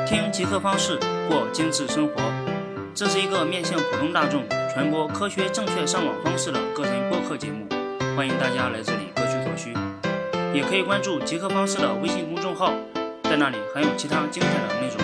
听极客方式过精致生活，这是一个面向普通大众传播科学正确上网方式的个人播客节目，欢迎大家来这里各取所需。也可以关注极客方式的微信公众号，在那里还有其他精彩的内容。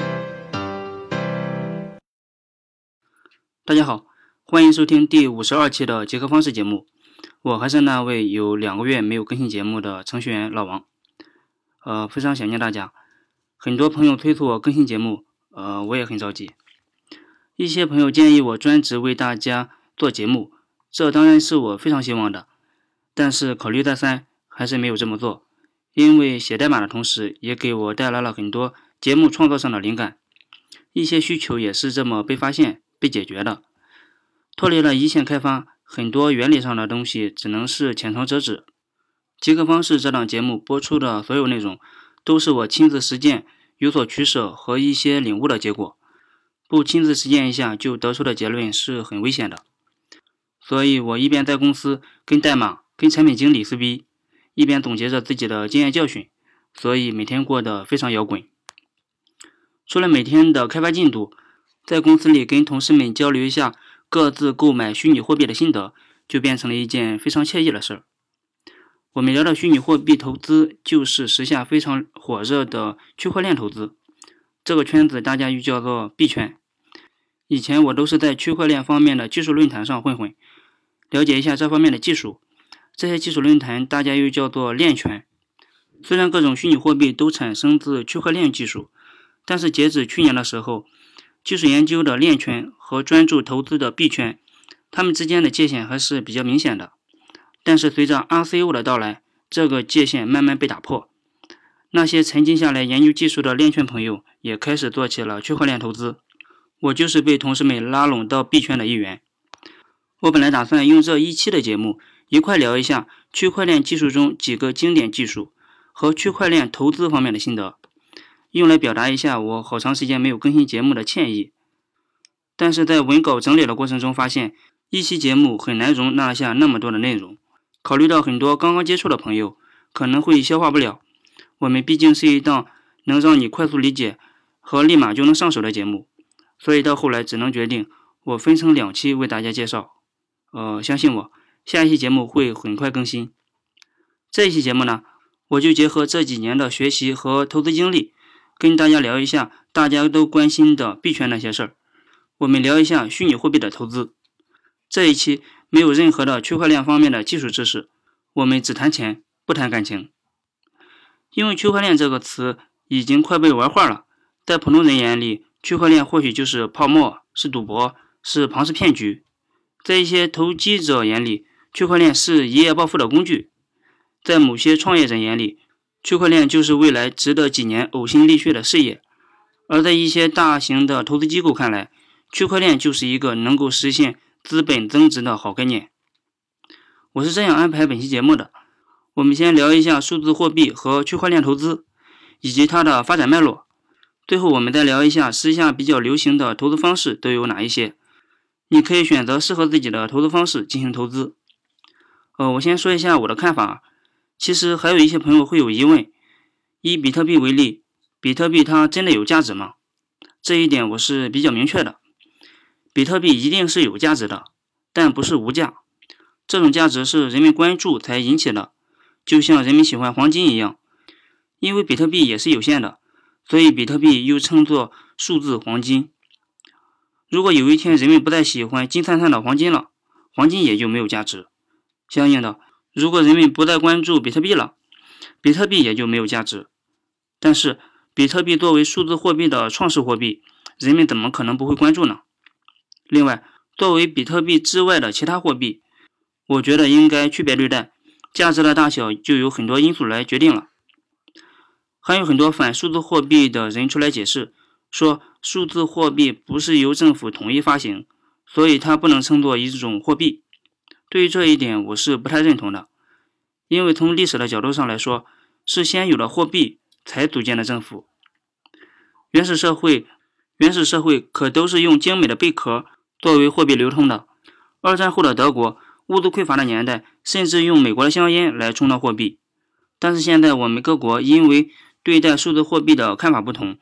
大家好，欢迎收听第52期的极客方式节目，我还是那位有2个月没有更新节目的程序员老王。非常想念大家，很多朋友催促我更新节目，我也很着急。一些朋友建议我专职为大家做节目，这当然是我非常希望的，但是考虑再三，还是没有这么做，因为写代码的同时也给我带来了很多节目创作上的灵感，一些需求也是这么被发现被解决的。脱离了一线开发，很多原理上的东西只能是浅尝辄止。极客方式这档节目播出的所有内容都是我亲自实践有所取舍和一些领悟的结果，不亲自实践一下就得出的结论是很危险的。所以我一边在公司跟代码跟产品经理撕逼，一边总结着自己的经验教训，所以每天过得非常摇滚。除了每天的开发进度，在公司里跟同事们交流一下各自购买虚拟货币的心得，就变成了一件非常惬意的事儿。我们聊的虚拟货币投资就是时下非常火热的区块链投资，这个圈子大家又叫做币圈。以前我都是在区块链方面的技术论坛上混混，了解一下这方面的技术，这些技术论坛大家又叫做链圈。虽然各种虚拟货币都产生自区块链技术，但是截止去年的时候，技术研究的链圈和专注投资的币圈，它们之间的界限还是比较明显的。但是随着 RCO 的到来，这个界限慢慢被打破。那些沉浸下来研究技术的链圈朋友也开始做起了区块链投资。我就是被同事们拉拢到币圈的一员。我本来打算用这一期的节目一块聊一下区块链技术中几个经典技术和区块链投资方面的心得，用来表达一下我好长时间没有更新节目的歉意。但是在文稿整理的过程中发现，一期节目很难容纳下那么多的内容，考虑到很多刚刚接触的朋友可能会消化不了，我们毕竟是一档能让你快速理解和立马就能上手的节目，所以到后来只能决定我分成2期为大家介绍。相信我，下一期节目会很快更新。这一期节目呢，我就结合这几年的学习和投资经历，跟大家聊一下大家都关心的币圈那些事儿。我们聊一下虚拟货币的投资。这一期没有任何的区块链方面的技术知识，我们只谈钱不谈感情。因为区块链这个词已经快被玩坏了，在普通人眼里，区块链或许就是泡沫，是赌博，是庞氏骗局。在一些投机者眼里，区块链是一夜暴富的工具。在某些创业者眼里，区块链就是未来值得几年呕心沥血的事业。而在一些大型的投资机构看来，区块链就是一个能够实现资本增值的好概念。我是这样安排本期节目的，我们先聊一下数字货币和区块链投资，以及它的发展脉络。最后我们再聊一下时下比较流行的投资方式都有哪一些，你可以选择适合自己的投资方式进行投资。我先说一下我的看法。其实还有一些朋友会有疑问，以比特币为例，比特币它真的有价值吗？这一点我是比较明确的，比特币一定是有价值的，但不是无价。这种价值是人们关注才引起的，就像人们喜欢黄金一样。因为比特币也是有限的，所以比特币又称作数字黄金。如果有一天人们不再喜欢金灿灿的黄金了，黄金也就没有价值。相应的，如果人们不再关注比特币了，比特币也就没有价值。但是比特币作为数字货币的创始货币，人们怎么可能不会关注呢？另外，作为比特币之外的其他货币，我觉得应该区别对待，价值的大小就有很多因素来决定了。还有很多反数字货币的人出来解释，说数字货币不是由政府统一发行，所以它不能称作一种货币。对于这一点我是不太认同的，因为从历史的角度上来说，是先有了货币才组建了政府。原始社会可都是用精美的贝壳作为货币流通的。2战后的德国，物资匮乏的年代，甚至用美国的香烟来充当货币。但是现在我们各国因为对待数字货币的看法不同，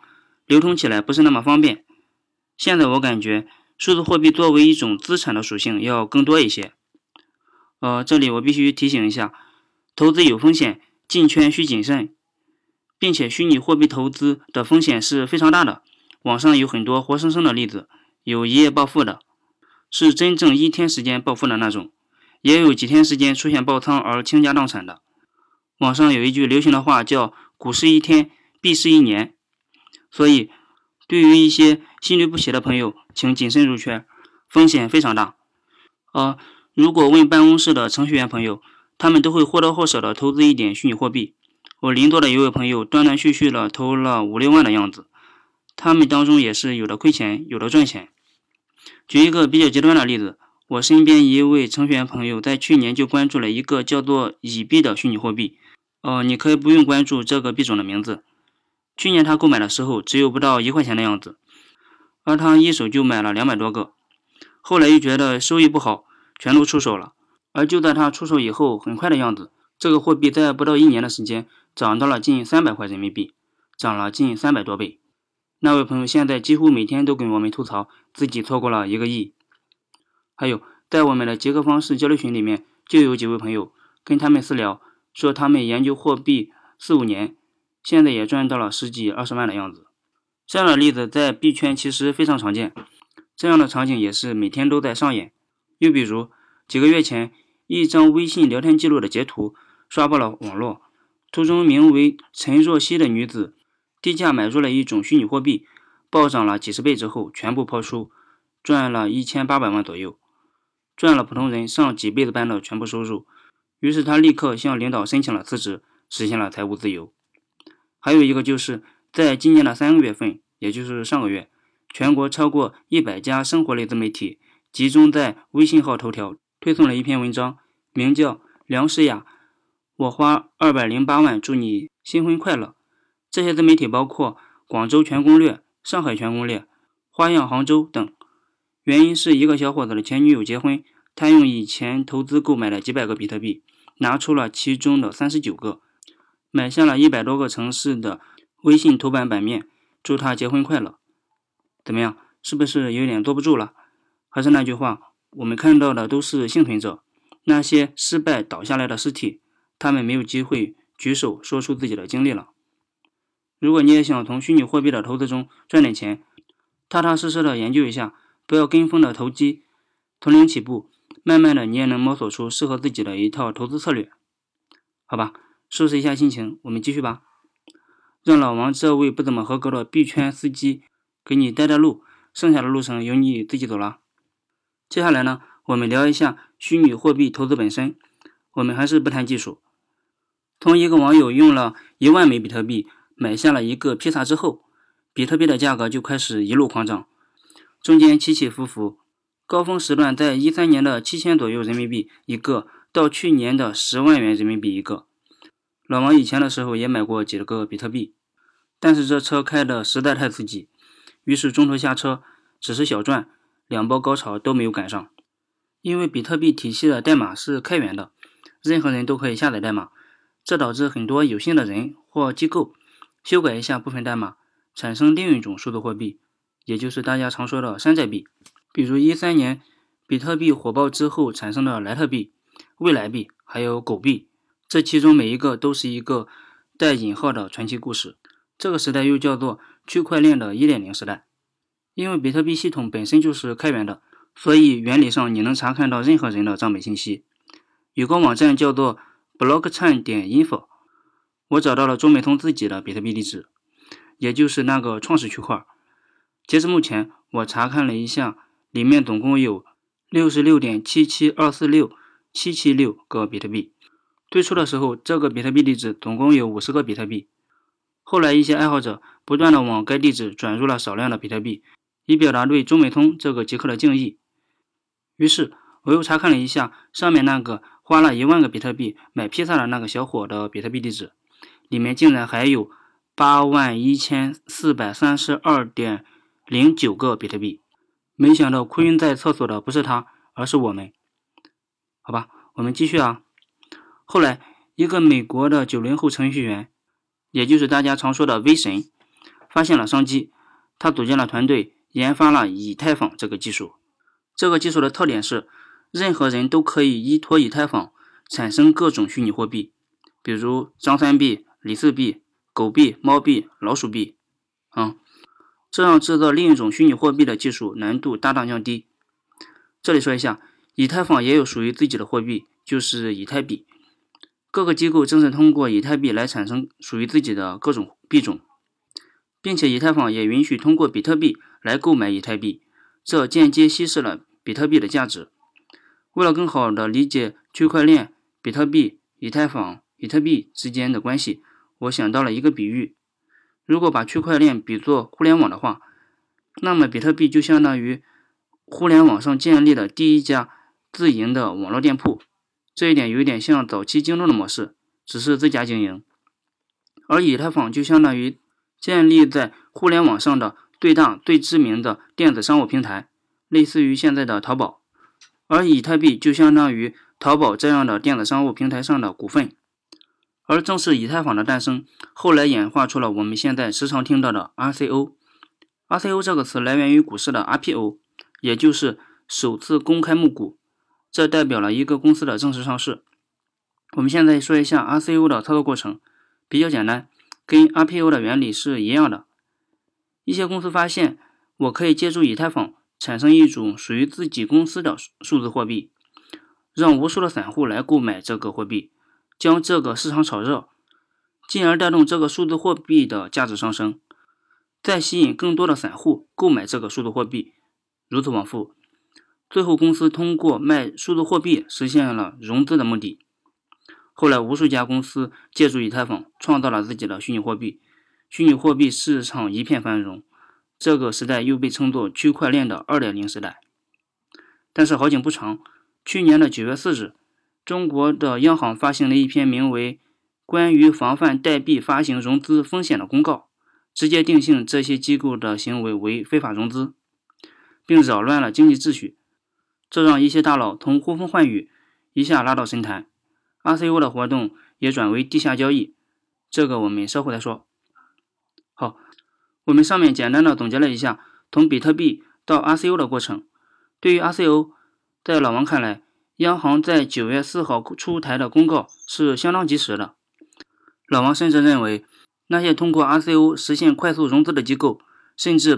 流通起来不是那么方便。现在我感觉数字货币作为一种资产的属性要更多一些。这里我必须提醒一下，投资有风险，进圈需谨慎，并且虚拟货币投资的风险是非常大的。网上有很多活生生的例子，有一夜暴富的，是真正1天时间暴富的那种，也有几天时间出现爆仓而倾家荡产的。网上有一句流行的话叫股市1天币市1年，所以对于一些心律不齐的朋友，请谨慎入圈，风险非常大。如果问办公室的程序员朋友，他们都会或多或少的投资一点虚拟货币。我邻座的一位朋友断断续续的投了5、6万的样子，他们当中也是有的亏钱，有的赚钱。举一个比较极端的例子，我身边一位程序员朋友在去年就关注了一个叫做以币的虚拟货币。你可以不用关注这个币种的名字。去年他购买的时候只有不到1块钱的样子，而他一手就买了200多个，后来又觉得收益不好，全都出手了。而就在他出手以后，很快的样子，这个货币在不到1年的时间涨到了近300块人民币，涨了近300多倍。那位朋友现在几乎每天都跟我们吐槽自己错过了1个亿。还有在我们的杰克方式交流群里面，就有几位朋友跟他们私聊，说他们研究货币4、5年，现在也赚到了10几20万的样子。这样的例子在币圈其实非常常见，这样的场景也是每天都在上演。又比如几个月前，一张微信聊天记录的截图刷爆了网络，图中名为陈若曦的女子低价买入了一种虚拟货币，暴涨了几十倍之后全部抛出，赚了1800万左右，赚了普通人上几辈子班的全部收入。于是他立刻向领导申请了辞职，实现了财务自由。还有一个就是在今年的3个月份，也就是上个月，全国超过100家生活类自媒体集中在微信号头条推送了一篇文章，名叫梁诗雅，我花208万祝你新婚快乐。这些自媒体包括广州全攻略、上海全攻略、花样杭州等。原因是一个小伙子的前女友结婚，他用以前投资购买了几百个比特币，拿出了其中的39个，买下了100多个城市的微信头版版面，祝他结婚快乐。怎么样，是不是有点坐不住了？还是那句话，我们看到的都是幸存者，那些失败倒下来的尸体，他们没有机会举手说出自己的经历了。如果你也想从虚拟货币的投资中赚点钱，踏踏实实的研究一下，不要跟风的投机，从零起步，慢慢的你也能摸索出适合自己的一套投资策略。好吧，收拾一下心情，我们继续吧。让老王这位不怎么合格的币圈司机给你带带路，剩下的路程由你自己走了。接下来呢，我们聊一下虚拟货币投资本身，我们还是不谈技术。从一个网友用了1万枚比特币买下了一个披萨之后，比特币的价格就开始一路狂涨，中间起起伏伏，高峰时段在13年的7000左右人民币一个，到去年的10万元人民币一个。老王以前的时候也买过几个比特币，但是这车开的实在太刺激，于是中途下车，只是小赚，2波高潮都没有赶上。因为比特币体系的代码是开源的，任何人都可以下载代码，这导致很多有心的人或机构修改一下部分代码，产生另一种数字货币，也就是大家常说的山寨币。比如13年比特币火爆之后产生的莱特币、未来币还有狗币，这其中每一个都是一个带引号的传奇故事。这个时代又叫做区块链的 1.0 时代。因为比特币系统本身就是开源的，所以原理上你能查看到任何人的账本信息。有个网站叫做 blockchain.info， 我找到了中美通自己的比特币地址，也就是那个创始区块。截至目前，我查看了一下，里面总共有 66.77246,776 个比特币。最初的时候，这个比特币地址总共有50个比特币，后来一些爱好者不断的往该地址转入了少量的比特币，以表达对中美通这个极客的敬意。于是我又查看了一下上面那个花了1万个比特币买披萨的那个小伙的比特币地址，里面竟然还有 81,432.09 个比特币。没想到哭晕在厕所的不是他，而是我们。好吧，我们继续啊。后来一个美国的90后程序员，也就是大家常说的微神，发现了商机， 他组建了团队，研发了以太坊这个技术。这个技术的特点是，任何人都可以依托以太坊产生各种虚拟货币，比如张三币、李四币、狗币、猫币、老鼠币这让制造另一种虚拟货币的技术难度大大降低。这里说一下，以太坊也有属于自己的货币，就是以太币。各个机构正是通过以太币来产生属于自己的各种币种，并且以太坊也允许通过比特币来购买以太币，这间接稀释了比特币的价值。为了更好地理解区块链、比特币、以太坊、以太币之间的关系，我想到了一个比喻。如果把区块链比作互联网的话，那么比特币就相当于互联网上建立的第一家自营的网络店铺。这一点有点像早期京东的模式，只是自家经营。而以太坊就相当于建立在互联网上的最大最知名的电子商务平台，类似于现在的淘宝。而以太币就相当于淘宝这样的电子商务平台上的股份。而正是以太坊的诞生，后来演化出了我们现在时常听到的 RCO。RCO 这个词来源于股市的 RPO， 也就是首次公开募股，这代表了一个公司的正式上市。我们现在说一下 RCO 的操作过程，比较简单，跟 RPO 的原理是一样的。一些公司发现，我可以借助以太坊产生一种属于自己公司的数字货币，让无数的散户来购买这个货币，将这个市场炒热，进而带动这个数字货币的价值上升，再吸引更多的散户购买这个数字货币，如此往复。最后公司通过卖数字货币实现了融资的目的。后来无数家公司借助以太坊创造了自己的虚拟货币，虚拟货币市场一片繁荣，这个时代又被称作区块链的 2.0 时代。但是好景不长，去年的9月4日，中国的央行发行了一篇名为《关于防范代币发行融资风险的公告》，直接定性这些机构的行为为非法融资，并扰乱了经济秩序，这让一些大佬从呼风唤雨一下拉到神坛。RCO 的活动也转为地下交易，这个我们稍后再说。好，我们上面简单的总结了一下从比特币到 RCO 的过程。对于 RCO， 在老王看来，央行在9月4号出台的公告是相当及时的。老王甚至认为，那些通过 RCO 实现快速融资的机构，甚至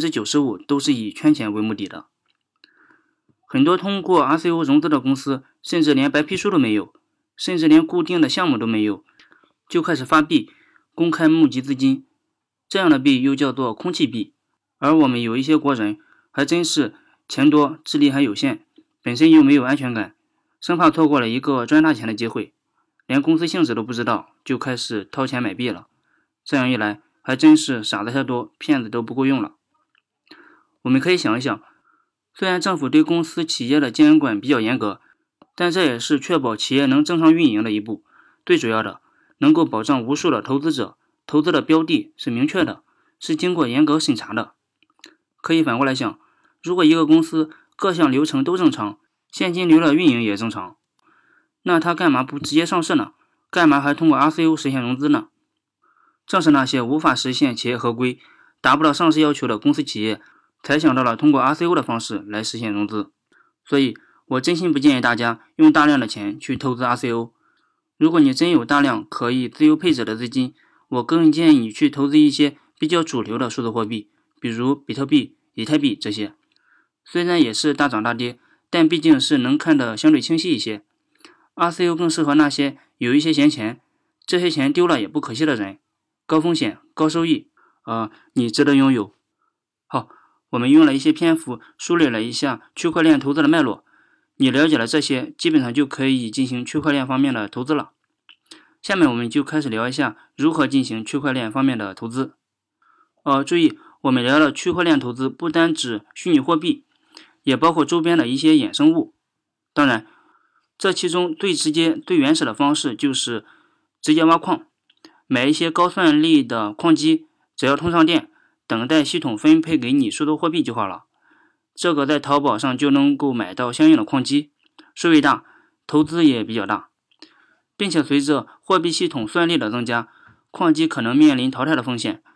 95% 都是以圈钱为目的的。很多通过 RCO 融资的公司，甚至连白皮书都没有，甚至连固定的项目都没有，就开始发币，公开募集资金。这样的币又叫做空气币。而我们有一些国人还真是钱多，智力还有限，本身又没有安全感，生怕错过了一个赚大钱的机会，连公司性质都不知道，就开始掏钱买币了。这样一来，还真是傻子太多，骗子都不够用了。我们可以想一想，虽然政府对公司企业的监管比较严格，但这也是确保企业能正常运营的一步。最主要的，能够保障无数的投资者，投资的标的是明确的，是经过严格审查的。可以反过来想，如果一个公司各项流程都正常，现金流的运营也正常，那他干嘛不直接上市呢？干嘛还通过 RCO 实现融资呢？正是那些无法实现企业合规、达不到上市要求的公司企业，才想到了通过 RCO 的方式来实现融资。所以我真心不建议大家用大量的钱去投资 RCO。如果你真有大量可以自由配置的资金，我更建议你去投资一些比较主流的数字货币，比如比特币、以太币这些。虽然也是大涨大跌，但毕竟是能看得相对清晰一些。RCO 更适合那些有一些闲钱，这些钱丢了也不可惜的人，高风险高收益，你值得拥有。好，我们用了一些篇幅梳理了一下区块链投资的脉络，你了解了这些，基本上就可以进行区块链方面的投资了。下面我们就开始聊一下如何进行区块链方面的投资。注意，我们聊的区块链投资不单指虚拟货币，也包括周边的一些衍生物。当然，这其中最直接最原始的方式就是直接挖矿，买一些高算力的矿机，只要通上电，等待系统分配给你数字货币就好了。这个在淘宝上就能够买到相应的矿机，收益大，投资也比较大，并且随着货币系统算力的增加，矿机可能面临淘汰的风险。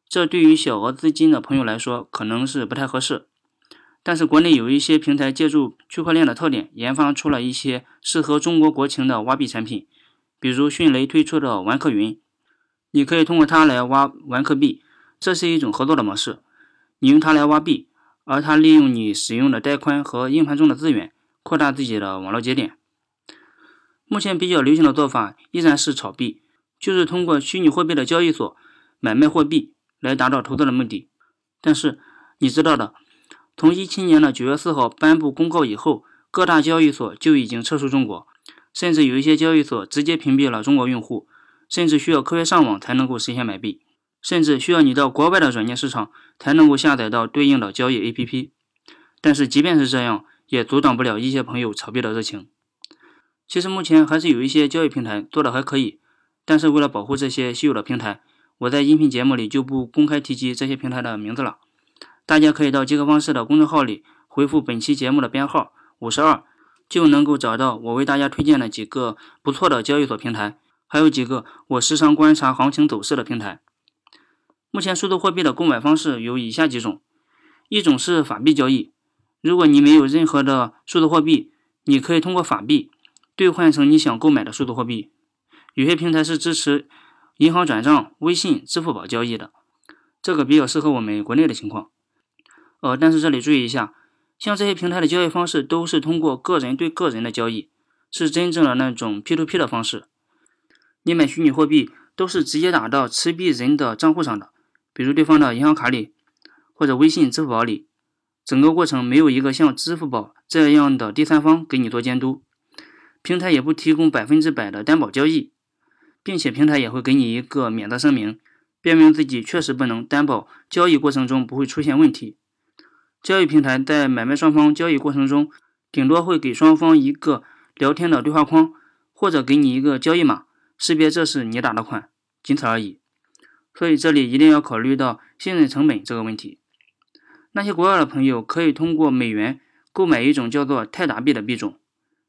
这对于小额资金的朋友来说可能是不太合适。但是国内有一些平台借助区块链的特点，研发出了一些适合中国国情的挖币产品，比如迅雷推出的玩客云，你可以通过它来挖玩客币，这是一种合作的模式，你用它来挖币，而它利用你使用的带宽和硬盘中的资源，扩大自己的网络节点。目前比较流行的做法依然是炒币，就是通过虚拟货币的交易所买卖货币来达到投资的目的。但是你知道的，从2017年的9月4号颁布公告以后，各大交易所就已经撤出中国，甚至有一些交易所直接屏蔽了中国用户，甚至需要科学上网才能够实现买币，甚至需要你到国外的软件市场才能够下载到对应的交易 APP。 但是即便是这样，也阻挡不了一些朋友炒币的热情。其实目前还是有一些交易平台做的还可以，但是为了保护这些稀有的平台，我在音频节目里就不公开提及这些平台的名字了。大家可以到极客方式的公众号里回复本期节目的编号52，就能够找到我为大家推荐的几个不错的交易所平台，还有几个我时常观察行情走势的平台。目前数字货币的购买方式有以下几种，一种是法币交易，如果你没有任何的数字货币，你可以通过法币兑换成你想购买的数字货币。有些平台是支持银行转账、微信、支付宝交易的，这个比较适合我们国内的情况。但是这里注意一下，像这些平台的交易方式都是通过个人对个人的交易，是真正的那种 P2P 的方式。你买虚拟货币都是直接打到持币人的账户上的，比如对方的银行卡里或者微信、支付宝里，整个过程没有一个像支付宝这样的第三方给你做监督，平台也不提供100%的担保交易，并且平台也会给你一个免责声明，标明自己确实不能担保交易过程中不会出现问题。交易平台在买卖双方交易过程中，顶多会给双方一个聊天的对话框，或者给你一个交易码，识别这是你打的款，仅此而已。所以这里一定要考虑到信任成本这个问题。那些国外的朋友可以通过美元购买一种叫做泰达币的币种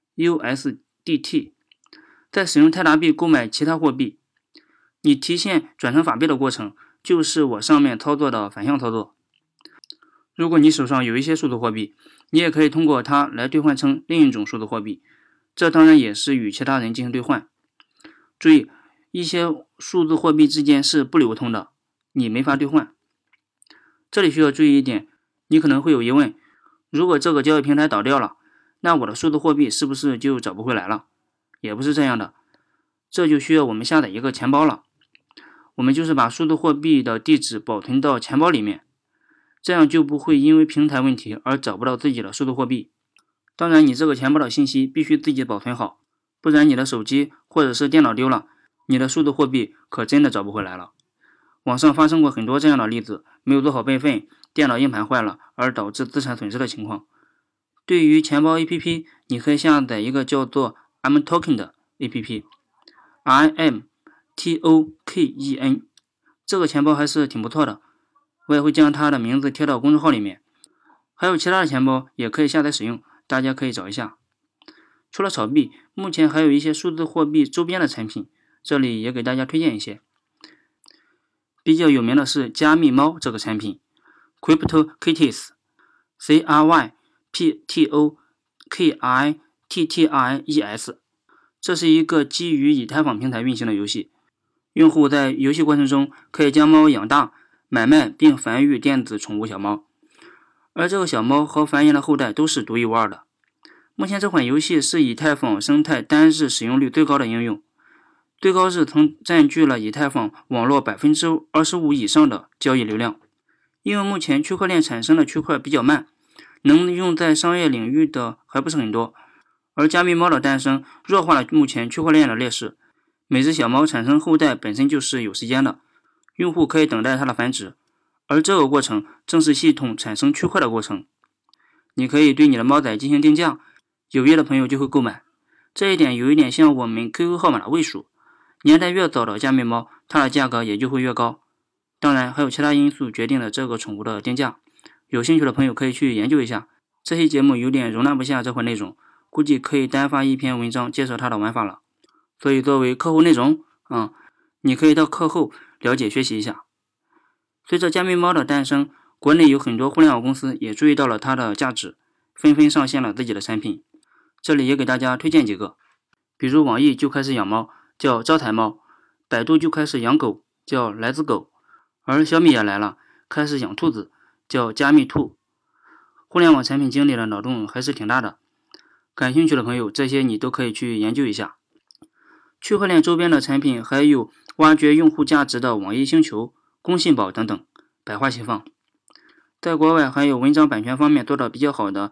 USDT， 在使用泰达币购买其他货币，你提现转成法币的过程就是我上面操作的反向操作。如果你手上有一些数字货币，你也可以通过它来兑换成另一种数字货币，这当然也是与其他人进行兑换。注意，一些数字货币之间是不流通的，你没法兑换。这里需要注意一点，你可能会有疑问，如果这个交易平台倒掉了，那我的数字货币是不是就找不回来了？也不是这样的，这就需要我们下载一个钱包了。我们就是把数字货币的地址保存到钱包里面，这样就不会因为平台问题而找不到自己的数字货币。当然，你这个钱包的信息必须自己保存好，不然你的手机或者是电脑丢了，你的数字货币可真的找不回来了。网上发生过很多这样的例子，没有做好备份，电脑硬盘坏了而导致资产损失的情况。对于钱包 APP， 你可以下载一个叫做 ImToken 的 APP， ImToken， 这个钱包还是挺不错的，我也会将它的名字贴到公众号里面。还有其他的钱包也可以下载使用，大家可以找一下。除了炒币，目前还有一些数字货币周边的产品，这里也给大家推荐一些。比较有名的是加密猫这个产品 CryptoKitties， CryptoKitties， 这是一个基于以太坊平台运行的游戏，用户在游戏过程中可以将猫养大、买卖并繁育电子宠物小猫，而这个小猫和繁衍的后代都是独一无二的。目前这款游戏是以太坊生态单日使用率最高的应用，最高日曾占据了以太坊网络 25% 以上的交易流量。因为目前区块链产生的区块比较慢，能用在商业领域的还不是很多，而加密猫的诞生弱化了目前区块链的劣势。每只小猫产生后代本身就是有时间的，用户可以等待它的繁殖，而这个过程正是系统产生区块的过程。你可以对你的猫仔进行定价，有约的朋友就会购买。这一点有一点像我们 QQ 号码的位数，年代越早的加密猫，它的价格也就会越高。当然还有其他因素决定了这个宠物的定价，有兴趣的朋友可以去研究一下。这期节目有点容纳不下这块内容，估计可以单发一篇文章介绍它的玩法了。所以作为课后内容你可以到课后了解学习一下。 随着加密猫的诞生，国内有很多互联网公司也注意到了它的价值，纷纷上线了自己的产品。这里也给大家推荐几个，比如网易就开始养猫，叫招财猫；百度就开始养狗，叫来自狗；而小米也来了，开始养兔子，叫加密兔。互联网产品经理的脑洞还是挺大的，感兴趣的朋友，这些你都可以去研究一下。区块链周边的产品还有挖掘用户价值的网易星球、工信宝等等，百花齐放。在国外还有文章版权方面做得比较好的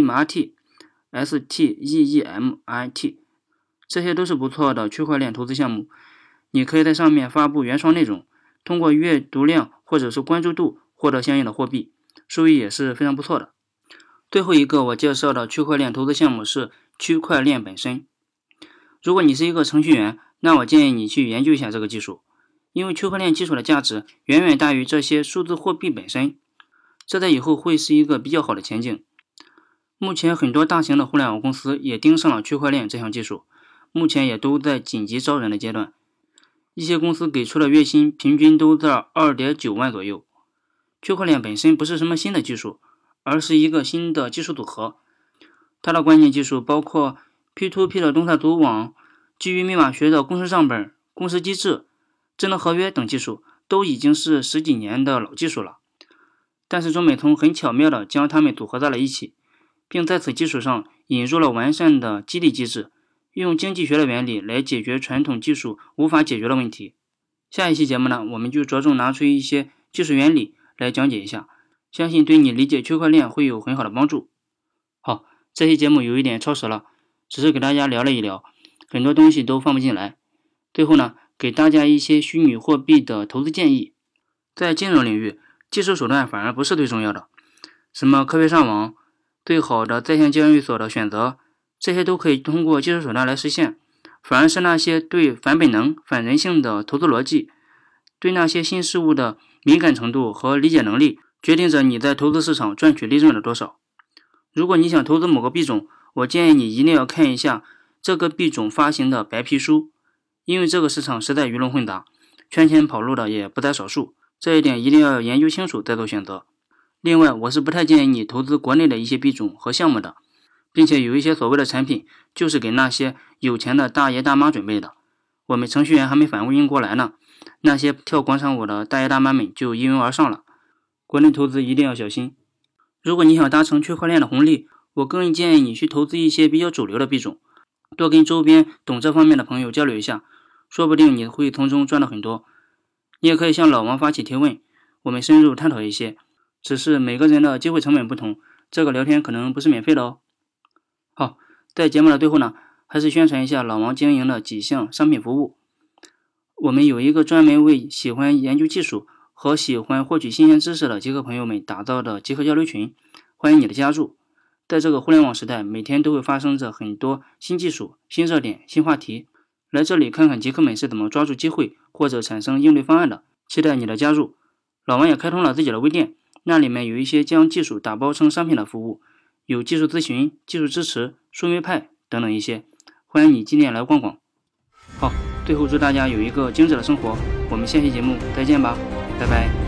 Steemit， 这些都是不错的区块链投资项目。你可以在上面发布原创内容，通过阅读量或者是关注度获得相应的货币，收益也是非常不错的。最后一个我介绍的区块链投资项目是区块链本身。如果你是一个程序员，那我建议你去研究一下这个技术，因为区块链技术的价值远远大于这些数字货币本身，这在以后会是一个比较好的前景。目前很多大型的互联网公司也盯上了区块链这项技术，目前也都在紧急招人的阶段，一些公司给出的月薪平均都在 2.9 万左右。区块链本身不是什么新的技术，而是一个新的技术组合，它的关键技术包括 P2P 的动态组网、基于密码学的共识账本、共识机制、智能合约等技术，都已经是10几年的老技术了。但是中美通很巧妙地将它们组合在了一起，并在此基础上引入了完善的激励机制，用经济学的原理来解决传统技术无法解决的问题。下一期节目呢，我们就着重拿出一些技术原理来讲解一下，相信对你理解区块链会有很好的帮助。好，这期节目有一点超时了，只是给大家聊了一聊，很多东西都放不进来。最后呢，给大家一些虚拟货币的投资建议。在金融领域，技术手段反而不是最重要的，什么科学上网、最好的在线交易所的选择，这些都可以通过技术手段来实现，反而是那些对反本能、反人性的投资逻辑，对那些新事物的敏感程度和理解能力，决定着你在投资市场赚取利润的多少。如果你想投资某个币种，我建议你一定要看一下这个币种发行的白皮书，因为这个市场实在鱼龙混杂，圈钱跑路的也不在少数，这一点一定要研究清楚再做选择。另外，我是不太建议你投资国内的一些币种和项目的，并且有一些所谓的产品就是给那些有钱的大爷大妈准备的，我们程序员还没反应过来呢，那些跳广场舞的大爷大妈们就一拥而上了。国内投资一定要小心。如果你想达成区块链的红利，我更建议你去投资一些比较主流的币种，多跟周边懂这方面的朋友交流一下，说不定你会从中赚到很多。你也可以向老王发起提问，我们深入探讨一些，只是每个人的机会成本不同，这个聊天可能不是免费的哦。好，在节目的最后呢，还是宣传一下老王经营的几项商品服务。我们有一个专门为喜欢研究技术和喜欢获取新鲜知识的极客朋友们打造的极客交流群，欢迎你的加入。在这个互联网时代，每天都会发生着很多新技术、新热点、新话题，来这里看看极客们是怎么抓住机会或者产生应对方案的，期待你的加入。老王也开通了自己的微店，那里面有一些将技术打包成商品的服务，有技术咨询、技术支持、说明派等等一些，欢迎你今天来逛逛。好，最后祝大家有一个精致的生活，我们下期节目再见吧，拜拜。